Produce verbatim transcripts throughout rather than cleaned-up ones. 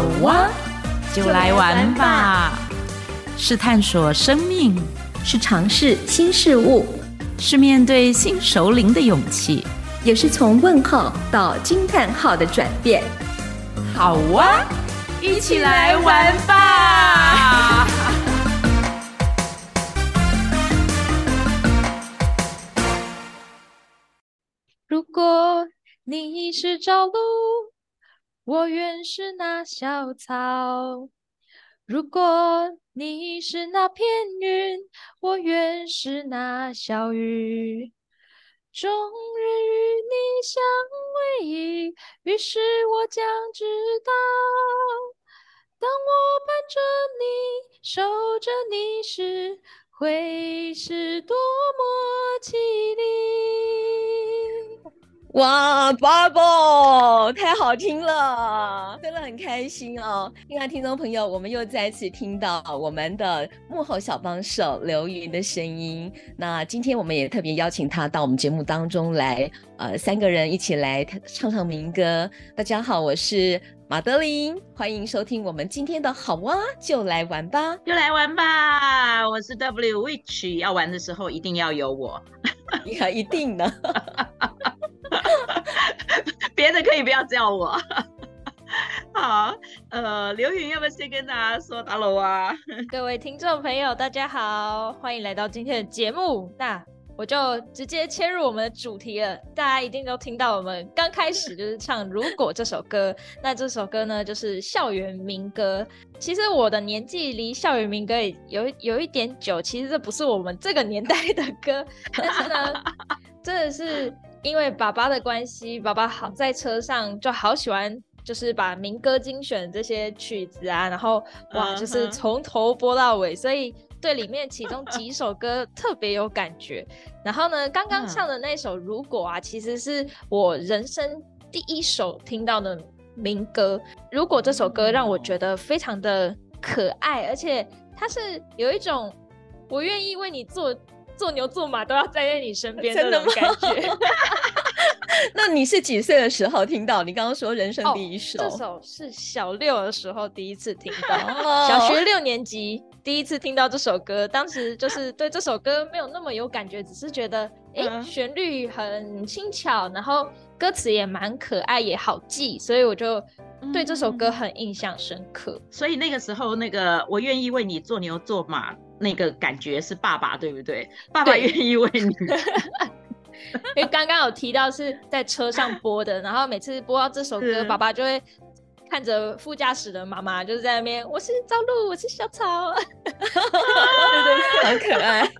好哇，就来玩吧！是探索生命， 是尝试新事物， 是面对新熟龄的勇气， 也是从问号到惊叹号的转变。 好哇，一起来玩吧！ 如果你是朝露，我愿是那小草；如果你是那片云，我愿是那小雨。终日与你相偎依，于是我将知道，当我伴着你，守着你时，会是多么绮丽。 哇 ，Bravo， 太好听了，真的很开心哦！另外，听众朋友，我们又再次听到我们的幕后小帮手刘云的声音。那今天我们也特别邀请他到我们节目当中来，呃，三个人一起来唱唱民歌。大家好，我是马德琳，欢迎收听我们今天的好哇，就来玩吧， 就来玩吧！我是 W Witch， 要玩的时候一定要有我， 呀，一定的。 别的可以不要叫我。好，呃，刘云要不要先跟大家说 hello 啊？ 各位听众朋友，大家好，欢迎来到今天的节目。那我就直接切入我们的主题了。大家一定都听到我们刚开始就是唱《如果》这首歌，那这首歌呢就是校园民歌。其实我的年纪离校园民歌也有有一点久，其实这不是我们这个年代的歌，但是呢，真的是因为爸爸的关系，爸爸好在车上就好喜欢，就是把民歌精选这些曲子啊，然后哇，就是从头播到尾，所以对里面其中几首歌特别有感觉。然后呢，刚刚唱的那首《如果》啊，其实是我人生第一首听到的民歌。《如果》这首歌让我觉得非常的可爱，而且它是有一种我愿意为你做做牛做马都要站在你身边的那种感觉。 那你是几岁的时候听到？你刚刚说人生第一首、 哦、这首是小六的时候第一次听到，小学六年级第一次听到这首歌。当时就是对这首歌没有那么有感觉，只是觉得哎、欸，旋律很轻巧，然后歌词也蛮可爱，也好记，所以我就对这首歌很印象深刻。 嗯、所以那个时候，那个我愿意为你做牛做马，那个感觉是爸爸，对不对？爸爸愿意为你。 因为刚刚有提到是在车上播的，然后每次播到这首歌，爸爸就会看着副驾驶的妈妈，就是在那边，我是朝露，我是小草，对对， 很可爱，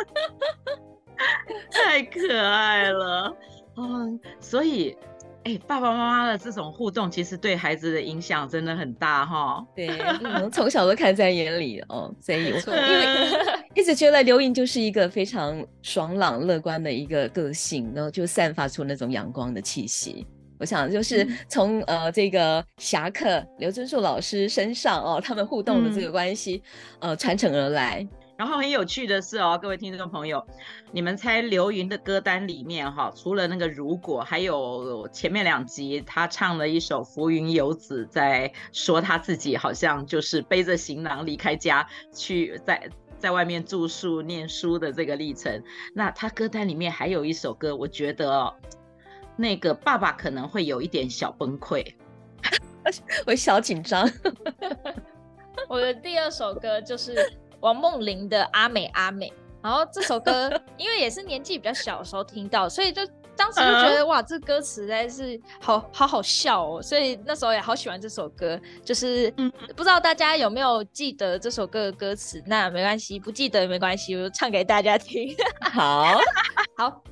太可爱了，嗯，所以。哎、欸，爸爸妈妈的这种互动，其实对孩子的影响真的很大哈。 对，嗯，从小都看在眼里哦，所以我因为一直觉得刘云就是一个非常爽朗乐观的一个个性，然后就散发出那种阳光的气息。我想就是从、嗯、呃这个侠客刘尊树老师身上哦，他们互动的这个关系、嗯、呃传承而来。 然后很有趣的是哦，各位听众朋友，你们猜刘云的歌单里面哈，除了那个如果，还有前面两集他唱了一首浮云游子，在说他自己好像就是背着行囊离开家去在在外面住宿念书的这个历程。那他歌单里面还有一首歌，我觉得、哦、那个爸爸可能会有一点小崩溃， 我小紧张。 我的第二首歌就是王梦玲的阿美阿美，然后这首歌因为也是年纪比较小的时候听到，所以就当时就觉得、uh? 哇，这歌词实在是好好好笑哦，所以那时候也好喜欢这首歌。就是、嗯、不知道大家有没有记得这首歌的歌词？那没关系，不记得也没关系，我就唱给大家听。 好好，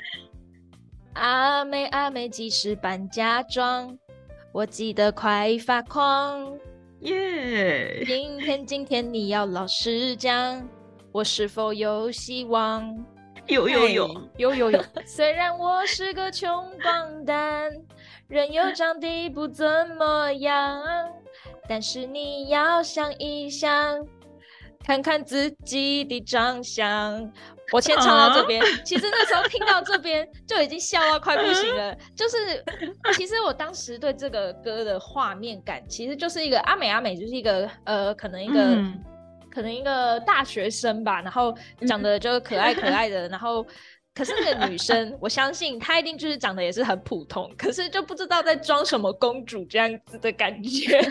阿美阿美即使搬家装，我记得快发狂。 耶、yeah. 今天今天你要老实讲，我是否有希望？ 有有有有有有。虽然我是个穷光蛋，人又长得不怎么样，但是你要想一想， 看看自己的长相。我先唱到这边，其实那时候听到这边就已经笑到快不行了。就是其实我当时对这个歌的画面感，其实就是一个阿美阿美，就是一个呃，可能一个、嗯、可能一个大学生吧，然后长得就可爱可爱的，然后可是那个女生，我相信她一定就是长得也是很普通，可是就不知道在装什么公主这样子的感觉。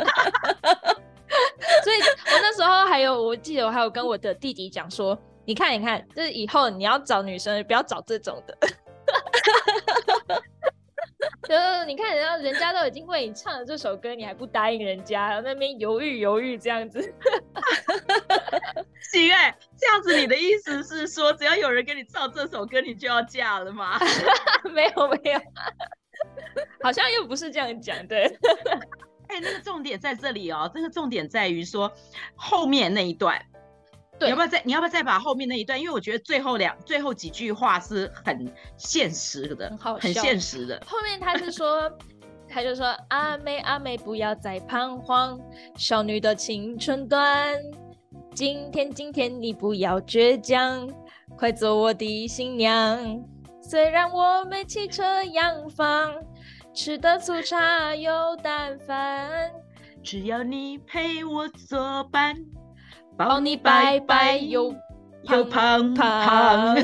所以我那时候还有，我记得我还有跟我的弟弟讲说，你看你看，就是以后你要找女生不要找这种的。就是你看人家人家都已经为你唱了这首歌，你还不答应人家，然后那边犹豫犹豫这样子。 行哎、欸，这样子你的意思是说，只要有人给你唱这首歌，你就要嫁了吗？ 没有没有，好像又不是这样讲，对。 哎、欸，那个重点在这里哦，这个重点在于说后面那一段，对，你要不要再你要不要再把后面那一段？因为我觉得最后两最后几句话是很现实的，很, 很现实的。 后面他是说，他就说阿妹阿妹不要再彷徨，少女的青春短，今天今天你不要倔强，快做我的新娘。虽然我没汽车洋房，吃的粗茶有淡饭， 只要你陪我作伴， 抱你白白又又胖胖。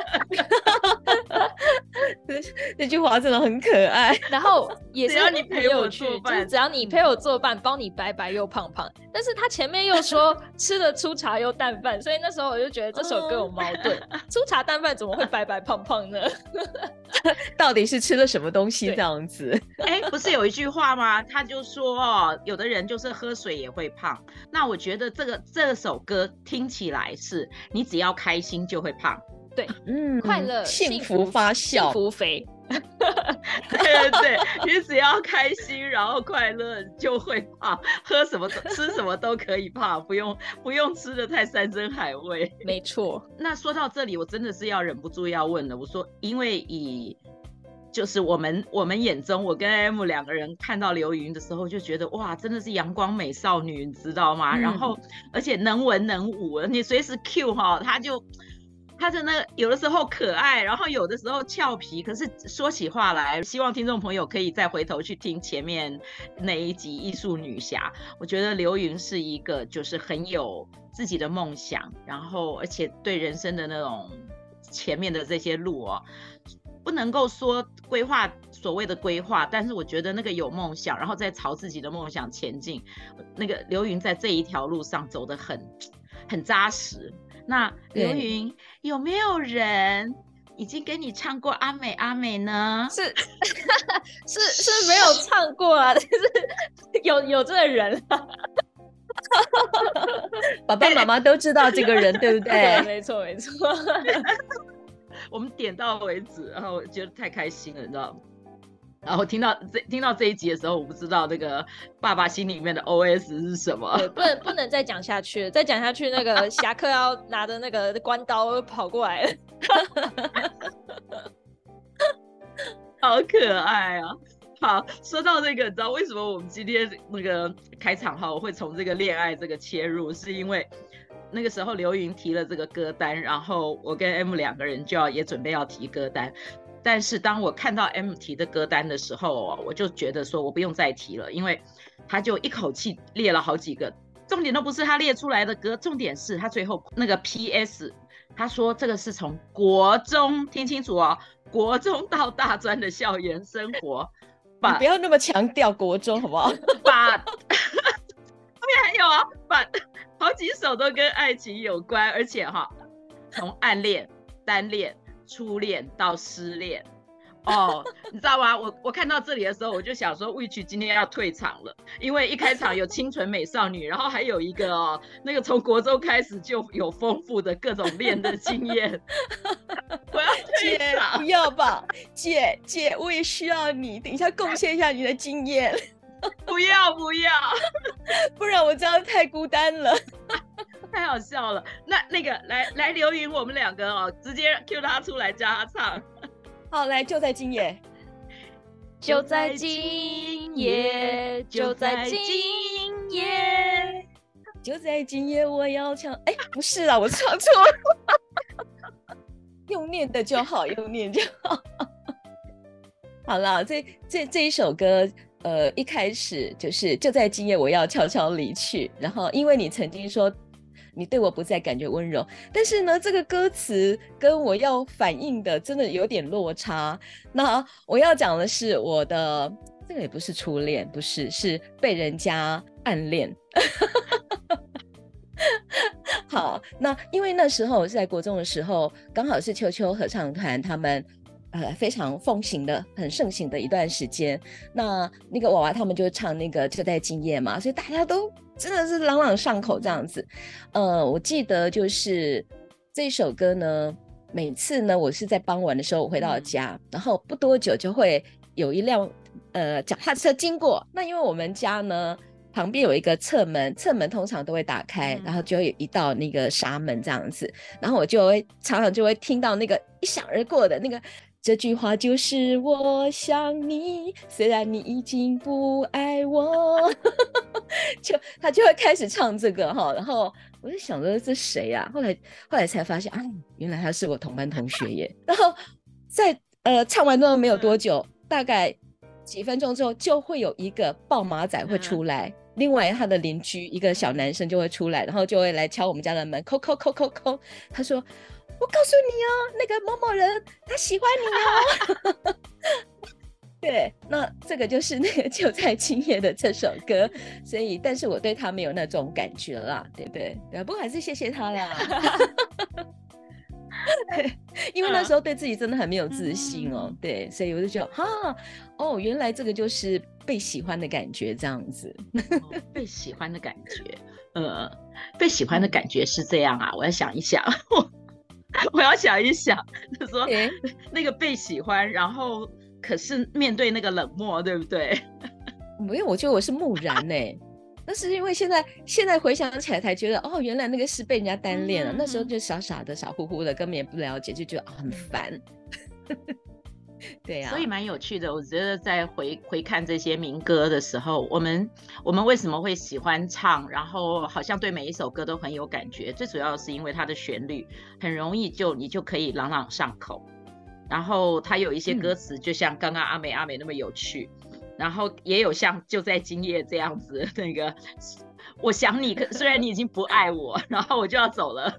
这句话真的很可爱， 然后也是很有趣， 就是只要你陪我作伴，包你白白又胖胖。但是他前面又说吃的粗茶又淡饭，所以那时候我就觉得这首歌有矛盾，粗茶淡饭怎么会白白胖胖呢？ 到底是吃了什么东西这样子？ 哎、欸，不是有一句话吗？他就说哦，有的人就是喝水也会胖。那我觉得这个这首歌听起来是你只要开心就会胖。 对， 嗯， 快乐、 幸福发酵、 幸福肥。 对对对，你只要开心，然后快乐就会胖，喝什么吃什么都可以胖，不用不用吃的太山珍海味。 没错。 那说到这里，我真的是要忍不住要问了。我说，因为以就是我们我们眼中，我跟 M 两个人看到刘芸的时候，就觉得哇，真的是阳光美少女，你知道吗？嗯、然后而且能文能武，你随时 Q 哈，他就。他的那个有的时候可爱，然后有的时候俏皮，可是说起话来，希望听众朋友可以再回头去听前面那一集艺术女侠。我觉得刘芸是一个就是很有自己的梦想，然后而且对人生的那种前面的这些路哦，不能够说规划所谓的规划，但是我觉得那个有梦想，然后再朝自己的梦想前进，那个刘芸在这一条路上走得很很扎实。那刘芸有没有人已经跟你唱过阿美阿美呢？ 是是是没有唱过啊，但是有有这个人啊。 爸爸妈妈都知道这个人，对不对？ 对，没错没错。 我们点到为止，然后我觉得太开心了，你知道吗？然后听到这听到这一集的时候，我不知道那个爸爸心里面的 O S 是什么。 对，不能不能再讲下去了，再讲下去那个侠客要拿着那个关刀跑过来了。 好可爱啊！好，说到这个，你知道为什么我们今天那个开场哈，我会从这个恋爱这个切入，是因为那个时候刘芸提了这个歌单，然后我跟 M 两个人就要也准备要提歌单。但是当我看到 M 提的歌单的时候，我就觉得说我不用再提了，因为他就一口气列了好几个，重点都不是他列出来的歌，重点是他最后那个 P S， 他说这个是从国中，听清楚哦，国中到大专的校园生活， 你不要那么强调国中好不好？ 把后面还有啊，把好几首都跟爱情有关，而且哈，从暗恋、单恋、初恋到失恋，哦，你知道吗？我我看到这里的时候，我就想说 ，Witch 今天要退场了，因为一开场有清纯美少女，然后还有一个哦，那个从国中开始就有丰富的各种恋的经验。我要退场， 姐不要吧，姐姐我也需要你，等一下贡献一下你的经验。 不要不要， 不然我这样太孤单了。 太好笑了，那那个来来刘芸，我们两个哦，直接 Q 他出来叫他唱。 好，来就在今夜， 就在今夜，就在今夜， 就在今夜我要唱，哎，不是啊，我唱错了，用念的就好，用念就好。好了，这这这一首歌，呃，一开始就是就在今夜我要悄悄离去，然后因为你曾经说你对我不再感觉温柔，但是呢，这个歌词跟我要反映的真的有点落差。那我要讲的是我的这个也不是初恋，不是，是被人家暗恋。好，那因为那时候我是在国中的时候，刚好是秋秋合唱团他们呃非常风行的、很盛行的一段时间。那那个娃娃他们就唱那个就在今夜嘛，所以大家都真的是朗朗上口这样子。呃，我记得就是这首歌呢，每次呢我是在傍晚的时候我回到家，嗯、然后不多久就会有一辆呃脚踏车经过。那因为我们家呢旁边有一个侧门，侧门通常都会打开，然后就会有一道那个纱门这样子，然后我就会常常就会听到那个一闪而过的那个这句话就是我想你，虽然你已经不爱我。就他就会开始唱这个哈，然后我就想着这谁啊，后来后来才发现啊，原来他是我同班同学耶。然后在呃唱完之后没有多久，大概几分钟之后就会有一个抱马仔会出来，嗯、另外他的邻居一个小男生就会出来，然后就会来敲我们家的门，叩叩叩叩叩，他说我告诉你哦，那个某某人他喜欢你哦。对，那这个就是那个就在今夜的这首歌，所以但是我对他没有那种感觉啦，对不对？对，不过还是谢谢他啦。对，因为那时候对自己真的很没有自信哦，嗯、对，所以我就觉得哈，哦，原来这个就是被喜欢的感觉，这样子。 哦、被喜欢的感觉，呃，被喜欢的感觉是这样啊，我要想一想，我要想一想，就说、欸、那个被喜欢，然后可是面对那个冷漠，对不对？ 没有，我觉得我是木然哎、欸。那是因为现在现在回想起来才觉得，哦，原来那个是被人家单恋了。嗯、那时候就傻傻的、傻乎乎的，根本也不了解，就觉得、哦、很烦。对呀、啊， 所以蛮有趣的。我觉得在回回看这些民歌的时候，我们我们为什么会喜欢唱，然后好像对每一首歌都很有感觉？最主要是因为它的旋律很容易就你就可以朗朗上口，然后它有一些歌词，就像刚刚阿美阿美那么有趣。嗯，然后也有像就在今夜这样子，那个我想你，虽然你已经不爱我，然后我就要走了。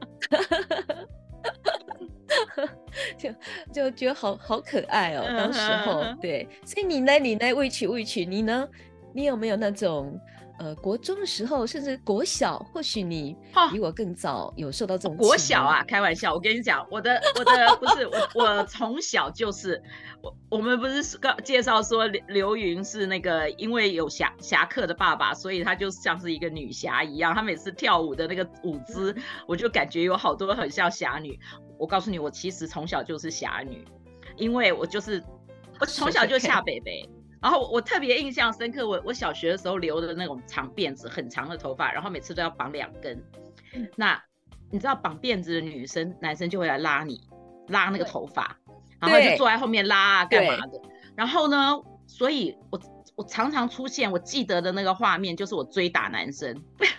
就就觉得好好可爱哦，当时候对。所以你呢？你呢？未曲未曲，你呢？你有没有那种呃国中的时候，甚至国小，或许你比我更早有受到这种、哦、 国小啊？开玩笑，我跟你讲，我的我的不是我我从小就是我我们不是介绍说刘芸是那个因为有侠侠客的爸爸，所以他就像是一个女侠一样，他每次跳舞的那个舞姿，我就感觉有好多很像侠女。我告诉你，我其实从小就是侠女，因为我就是我从小就下北北。然后我特别印象深刻，我我小学的时候留的那种长辫子，很长的头发，然后每次都要绑两根。嗯、那你知道绑辫子的女生、男生就会来拉你，拉那个头发，然后就坐在后面拉啊，干嘛的？然后呢，所以我我常常出现，我记得的那个画面就是我追打男生。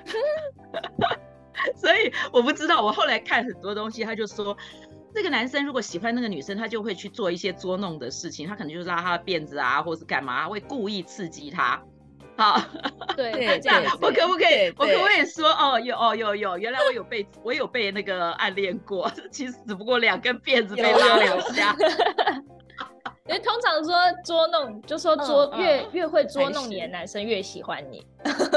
所以我不知道，我后来看很多东西，他就说。这个男生如果喜欢那个女生，他就会去做一些捉弄的事情，他可能就是拉她的辫子啊，或是干嘛，会故意刺激她。好， 对对对，我可不可以，我可不可以说，哦，有哦有有，原来我有被我有被那个暗恋过，其实只不过两根辫子被拉两下。 因为通常说捉弄，就说捉、嗯、越、嗯、越会捉弄你的男生越喜欢你。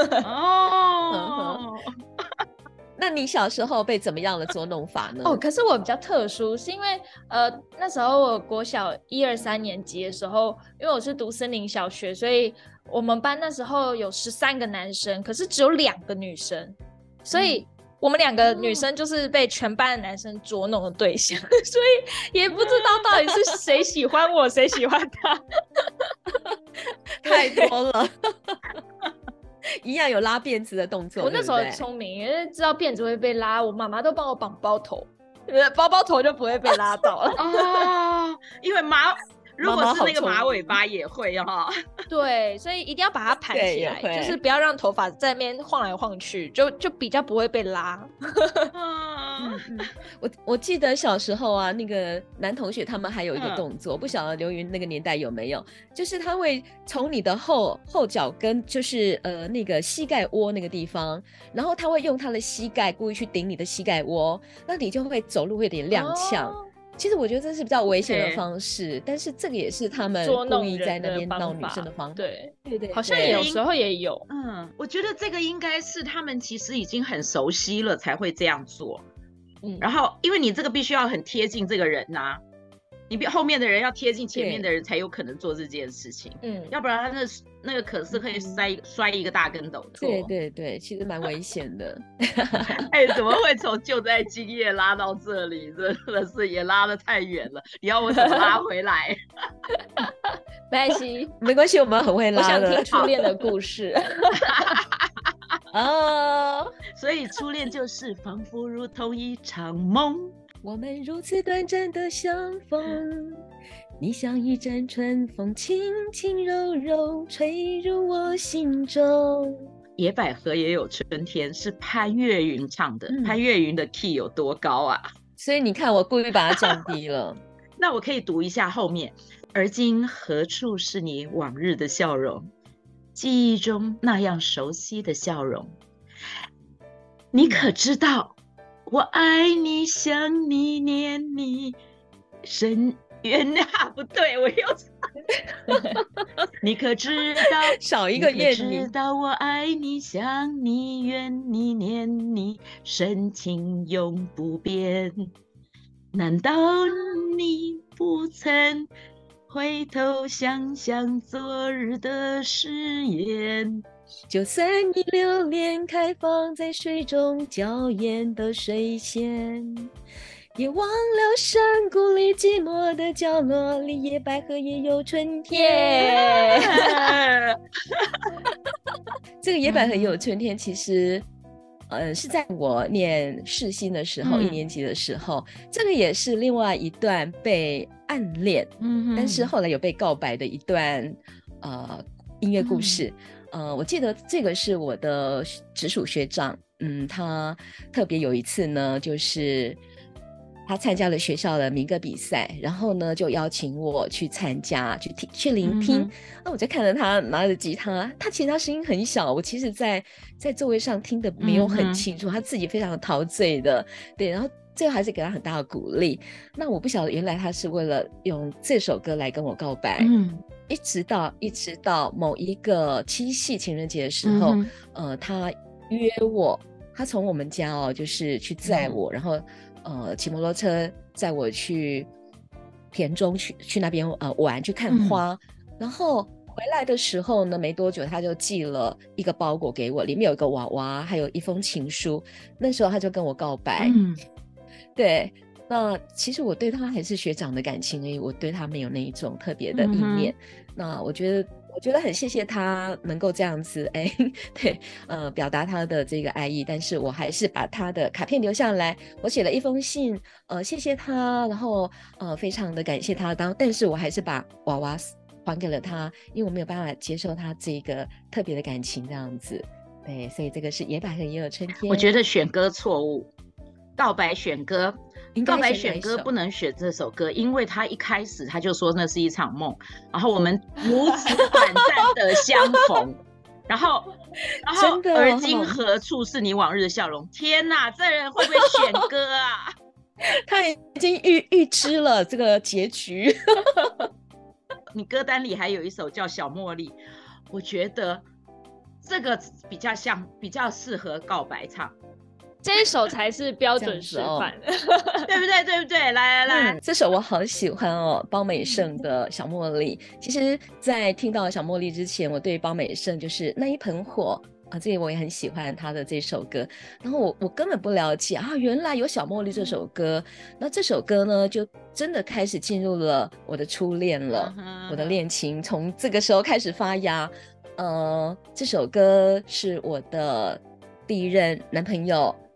哦。 那你小时候被怎么样的捉弄法呢？ 哦，可是我比较特殊，是因为呃那时候我国小一二三年级的时候，因为我是读森林小学，所以我们班那时候有十三个男生，可是只有两个女生，所以我们两个女生就是被全班的男生捉弄的对象，嗯、所以也不知道到底是谁喜欢我，谁喜欢他， 太多了。一样有拉辫子的动作。 我那时候很聪明，因为知道辫子会被拉，我妈妈都帮我绑包头，包包头就不会被拉到了。 哦，因为麻如果是那个马尾巴也会哈、哦。 对，所以一定要把它盘起来，就是不要让头发在那边晃来晃去，就就比较不会被拉。 嗯嗯、我我记得小时候啊，那个男同学他们还有一个动作，嗯、不晓得刘云那个年代有没有，就是他会从你的后后脚跟，就是呃那个膝盖窝那个地方，然后他会用他的膝盖故意去顶你的膝盖窝，那你就会走路会有点踉跄。哦，其实我觉得这是比较危险的方式，但是这个也是他们故意在那边闹女生的方法。 对对对， 好像也有时候也有。 嗯，我觉得这个应该是他们其实已经很熟悉了才会这样做。嗯，然后因为你这个必须要很贴近这个人呐、啊，你比后面的人要贴近前面的人才有可能做这件事情。嗯，要不然他那那个可是可以摔、嗯、摔一个大跟斗。 对对对，其实蛮危险的。 哎，怎么会从就在今夜拉到这里？真的是也拉得太远了。你要我怎么拉回来？ 没关系， 没关系，我们很会拉的。 我想听初恋的故事。 哦， 所以初恋就是仿佛如同一场梦， 我们如此短暂的相逢，你像一阵春风，轻轻柔柔吹入我心中。 野百合也有春天，是潘越云唱的、嗯、潘越云的 key 有多高啊？ 所以你看我故意把它降低了。 那我可以读一下后面，而今何处是你往日的笑容，记忆中那样熟悉的笑容，你可知道我爱你想你念你深渊啊，不对，我又你可知道少一个念你， 你可知道我爱你想你怨你念你深情永不变，难道你不曾回头想想昨日的誓言， 就算你留恋开放在水中娇艳的水仙，也忘了山谷里寂寞的角落里野百合也有春天。Yeah! 这个野百合也有春天其实呃，是在我念世新的时候、嗯、一年级的时候，这个也是另外一段被暗恋、嗯、但是后来有被告白的一段呃音乐故事、嗯、呃，我记得这个是我的直属学长，嗯，他特别有一次呢，就是他参加了学校的民歌比赛，然后呢就邀请我去参加，去听去聆听。那、嗯、我就看着他拿着吉他，他其实他声音很小，我其实在在座位上听的没有很清楚，嗯、他自己非常陶醉的，对，然后最后还是给他很大的鼓励。那我不晓得原来他是为了用这首歌来跟我告白。嗯，一直到一直到某一个七夕情人节的时候，嗯、呃，他约我，他从我们家哦，就是去载我，嗯、然后。呃，骑摩托车载我去田中去去那边呃玩，去看花、嗯、然后回来的时候呢，没多久他就寄了一个包裹给我，里面有一个娃娃，还有一封情书。那时候他就跟我告白。嗯，对，那其实我对他还是学长的感情而已，我对他没有那一种特别的意念、嗯、那我觉得我觉得很谢谢他能够这样子哎，对，呃，表达他的这个爱意，但是我还是把他的卡片留下来，我写了一封信，呃，谢谢他，然后呃，非常的感谢他，当但是我还是把娃娃还给了他，因为我没有办法接受他这个特别的感情这样子，对，所以这个是野百合也有春天。 我觉得选歌错误，告白选歌。告白选歌不能选这首歌，因为他一开始他就说那是一场梦，然后我们如此短暂的相逢，然后然后而今何处是你往日的笑容。天哪，这人会不会选歌啊？ 他已经预预知了这个结局。 你歌单里还有一首叫小茉莉，我觉得这个比较像比较适合告白唱， 这一首才是标准示范、哦、 对不对对不对？来来来、 嗯、这首我好喜欢哦，包美胜的小茉莉。其实在听到小茉莉之前，我对包美胜就是那一盆火啊，这个我也很喜欢他的这首歌，然后我我根本不了解啊，原来有小茉莉这首歌。那这首歌呢就真的开始进入了我的初恋了、uh-huh. 我的恋情从这个时候开始发芽。呃，这首歌是我的第一任男朋友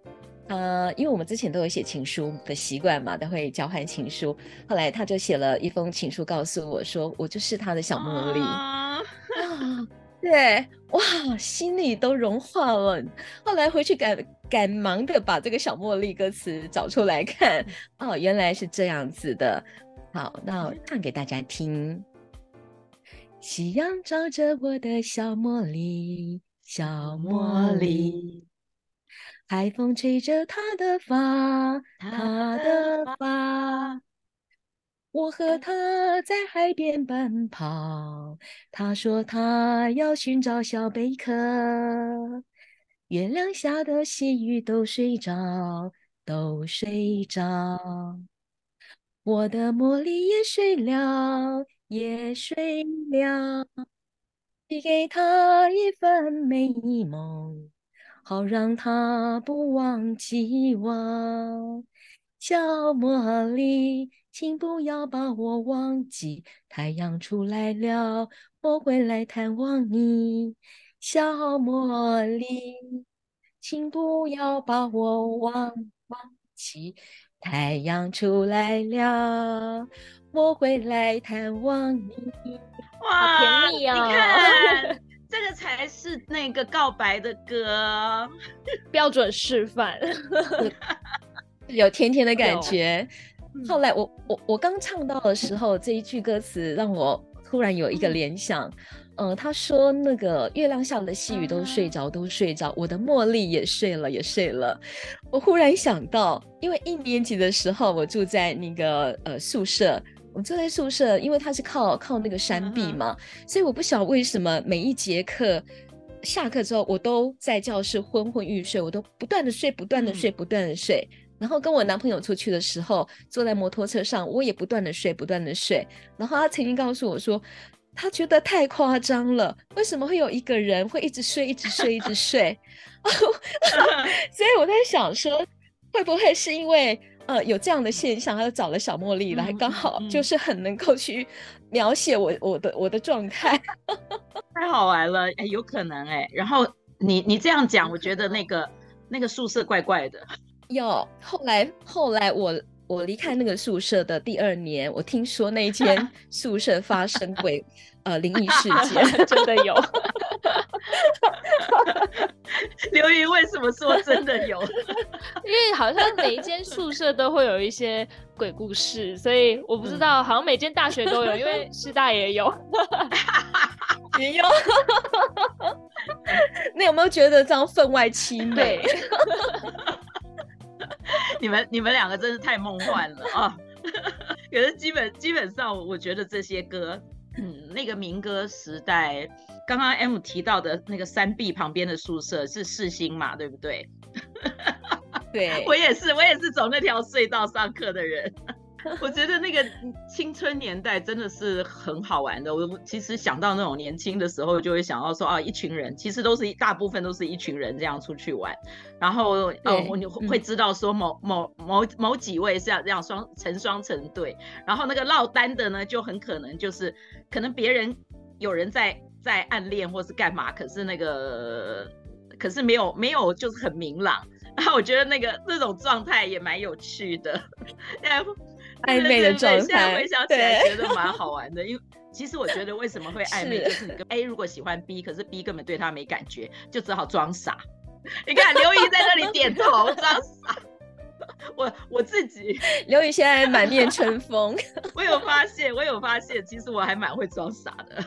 呃，因为我们之前都有写情书的习惯嘛，都会交换情书。后来他就写了一封情书，告诉我说，我就是他的小茉莉。 啊， 啊，对，哇，心里都融化了。后来回去赶赶忙的把这个小茉莉歌词找出来看，哦，原来是这样子的。好，那我唱给大家听。夕阳照着我的小茉莉，小茉莉，海风吹着她的发，她的发。我和他在海边奔跑，他说他要寻找小贝壳。月亮下的细雨都睡着，都睡着。我的茉莉也睡了，也睡了。寄给他一份美梦，好让他不忘记我。小茉莉，请不要把我忘记，太阳出来了，我会来探望你。小茉莉，请不要把我忘忘记，太阳出来了，我会来探望你。 好甜蜜哦！ 你看，这个才是那个告白的歌， 标准示范。 有甜甜的感觉。后来我我我刚唱到的时候，这一句歌词让我突然有一个联想。嗯、呃，他说那个月亮下的细雨都睡着，都睡着，我的茉莉也睡了，也睡了。我忽然想到，因为一年级的时候我住在那个呃宿舍。我住在宿舍，因为它是靠靠那个山壁嘛，嗯、所以我不晓得为什么每一节课下课之后，我都在教室昏昏欲睡，我都不断的睡，不断的睡，不断的睡。然后跟我男朋友出去的时候，坐在摩托车上，我也不断的睡，不断的睡。然后他曾经告诉我说，他觉得太夸张了，为什么会有一个人会一直睡，一直睡，一直睡？所以我在想说，会不会是因为？呃，有这样的现象，他就找了小茉莉来，刚好就是很能够去描写我我的我的状态， 太好玩了，哎，有可能哎。然后你你这样讲，我觉得那个那个宿舍怪怪的。 有后来后来我我离开那个宿舍的第二年，我听说那间宿舍发生鬼呃灵异事件， 真的有。 刘云为什么说真的有？ 因为好像每一间宿舍都会有一些鬼故事，所以我不知道，嗯、好像每间大学都有，因为师大也有， 也有。那有没有觉得这样分外凄美？ 你们你们两个真是太梦幻了啊！可是基本基本上，我觉得这些歌，嗯，那个民歌时代。刚刚 M 提到的那个山壁旁边的宿舍是世新嘛，对不对？ 对， 我也是，我也是走那条隧道上课的人。我觉得那个青春年代真的是很好玩的。我其实想到那种年轻的时候，就会想到说啊，一群人其实都是大部分都是一群人这样出去玩，然后呃，你会知道说某某某某几位是要这样双成双成对，然后那个落单的呢，就很可能就是可能别人有人在。在暗恋或是干嘛，可是那个可是没有没有就是很明朗，然后我觉得那个那种状态也蛮有趣的， 暧昧的状态， 现在回想起来觉得蛮好玩的。因为其实我觉得为什么会暧昧，就是你跟 A 如果喜欢 B， 可是 B 根本对他没感觉，就只好装傻。你看刘怡在那里点头装傻。我我自己， 刘宇现在满面春风。 我有发现，我有发现，其实我还蛮会装傻的。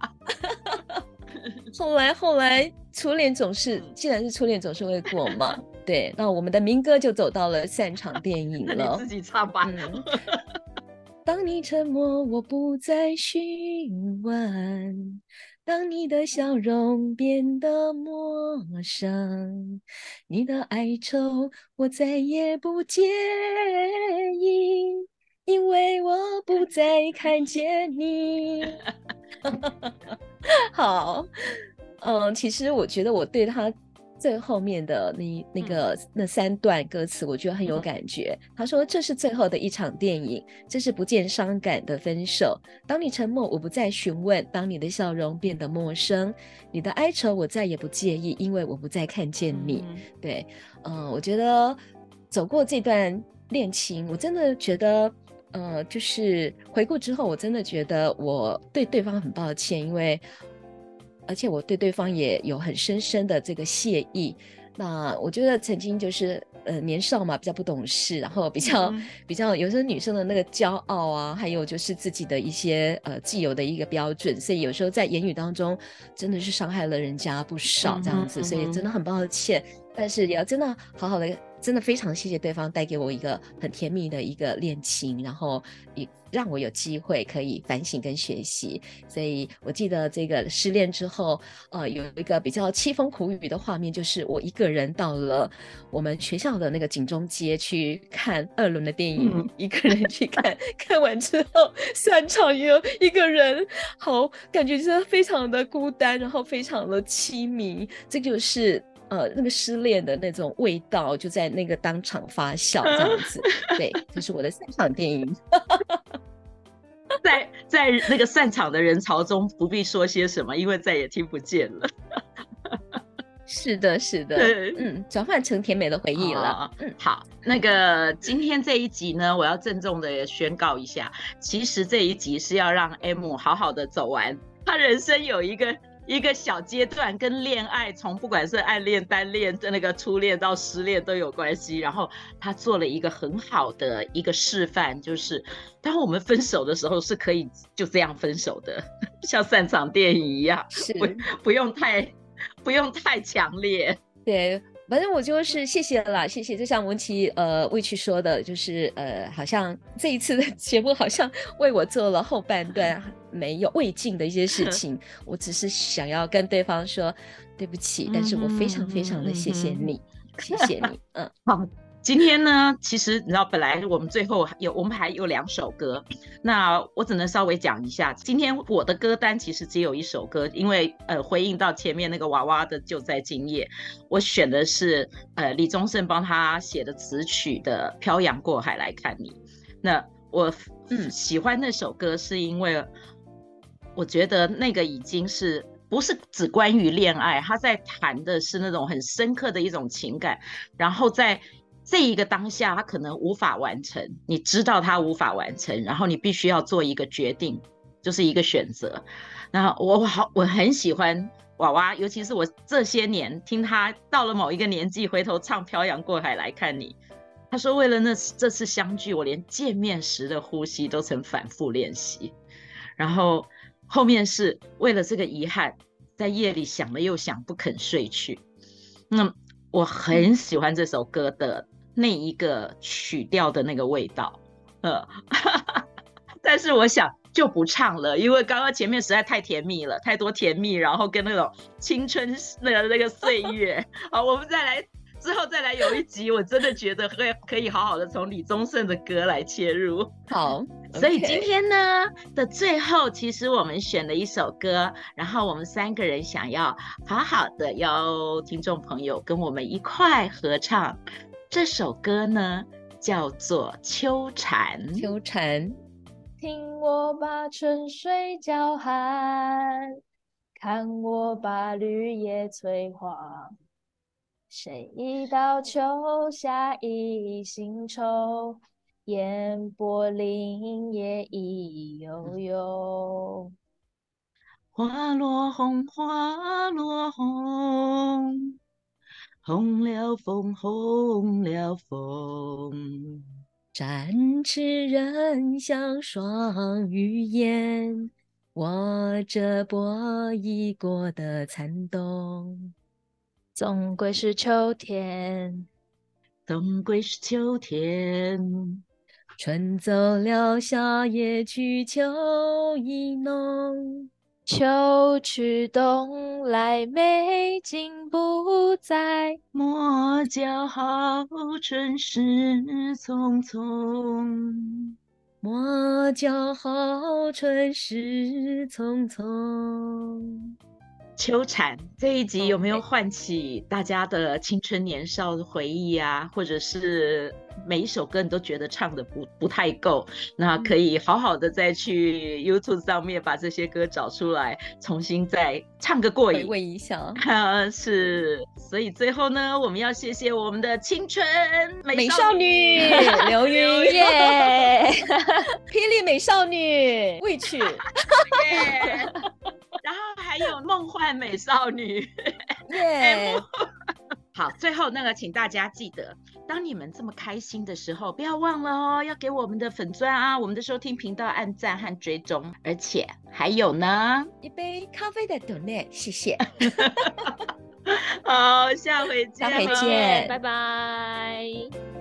后来后来，初恋总是，既然是初恋总是会过嘛，对，那我们的民歌就走到了散场电影了。 你自己唱吧。 嗯、当你沉默，我不再询问。当你的笑容变得陌生，你的哀愁我再也不介意，因为我不再看见你。好，嗯，其实我觉得我对他最后面的那那个、嗯、那三段歌词，我觉得很有感觉。嗯、他说：“这是最后的一场电影，这是不见伤感的分手。当你沉默，我不再询问；当你的笑容变得陌生，你的哀愁我再也不介意，因为我不再看见你。嗯”对，嗯、呃，我觉得走过这段恋情，我真的觉得。呃，就是回顾之后，我真的觉得我对对方很抱歉，因为而且我对对方也有很深深的这个谢意。那我觉得曾经就是呃年少嘛，比较不懂事，然后比较、嗯、比较有时候女生的那个骄傲啊，还有就是自己的一些呃既有的一个标准，所以有时候在言语当中真的是伤害了人家不少这样子，嗯、所以真的很抱歉。但是也要真的好好的，真的非常谢谢对方带给我一个很甜蜜的一个恋情，然后也让我有机会可以反省跟学习。所以我记得这个失恋之后，呃，有一个比较凄风苦雨的画面，就是我一个人到了我们学校的那个景中街去看二轮的电影，嗯、一个人去看，看完之后散场也有一个人，好，感觉真的非常的孤单，然后非常的凄迷，这就是。呃，那个失恋的那种味道就在那个当场发酵，这样子。对，这是我的散场电影。 在在那个散场的人潮中，不必说些什么，因为再也听不见了。 是的，是的，嗯，转换成甜美的回忆了。哦、嗯， 好，那个今天这一集呢，我要郑重的宣告一下，其实这一集是要让 M 好好的走完他人生有一个。一个小阶段跟恋爱，从不管是暗恋、单恋、那个初恋到失恋都有关系。然后他做了一个很好的一个示范，就是当我们分手的时候是可以就这样分手的，像散场电影一样，不不用太不用太强烈。 对。反正我就是谢谢啦，谢谢。就像文琪呃魏去说的，就是呃，好像这一次的节目好像为我做了后半段没有未尽的一些事情，我只是想要跟对方说对不起，但是我非常非常的谢谢你，嗯、谢谢你，嗯， 好。今天呢，其实你知道，本来我们最后有我们还有两首歌，那我只能稍微讲一下。今天我的歌单其实只有一首歌，因为呃回应到前面那个娃娃的就在今夜，我选的是呃李宗盛帮他写的词曲的《漂洋过海来看你》。那我嗯喜欢那首歌，是因为我觉得那个已经是。不是只关于恋爱，他在谈的是那种很深刻的一种情感，然后在这一个当下他可能无法完成，你知道他无法完成，然后你必须要做一个决定，就是一个选择。那我好我很喜欢娃娃，尤其是我这些年听他到了某一个年纪回头唱《漂洋过海来看你》，他说为了那这次相聚，我连见面时的呼吸都曾反复练习，然后后面是为了这个遗憾，在夜里想了又想，不肯睡去。那我很喜欢这首歌的那一个曲调的那个味道，呃，但是我想就不唱了，因为刚刚前面实在太甜蜜了，太多甜蜜，然后跟那种青春那个那个岁月。好，我们再来之后再来有一集，我真的觉得会可以好好的从李宗盛的歌来切入。 好。 所以今天呢的最后，其实我们选了一首歌，然后我们三个人想要好好的邀听众朋友跟我们一块合唱。这首歌呢叫做《秋蝉》。 秋蝉， 听我把春水叫喊，看我把绿叶催黄。谁道秋夏一心愁，烟波林野意悠悠。 花落红，花落红，红了枫，红了枫。 展翅人像双羽燕，握着波已过的残冬。 总归是秋天， 总归是秋天。 春走了，夏夜去，秋意浓。 秋去冬来，美景不再。 莫教好春事匆匆， 莫教好春事匆匆。 秋蝉这一集有没有唤起大家的青春年少的回忆啊？或者是每一首歌你都觉得唱的不不太够，那可以好好的再去 YouTube 上面把这些歌找出来，重新再唱个过瘾， 回味一下。 是，所以最后呢，我们要谢谢我们的青春美美少女刘云耶，霹雳美少女未曲， 耶然后还有梦幻美少女耶。 好，最后那个，请大家记得，当你们这么开心的时候，不要忘了哦，要给我们的粉专啊，我们的收听频道按赞和追踪，而且还有呢， 一杯咖啡的 donate， 谢谢。 好，下回见， 下回见， 拜拜。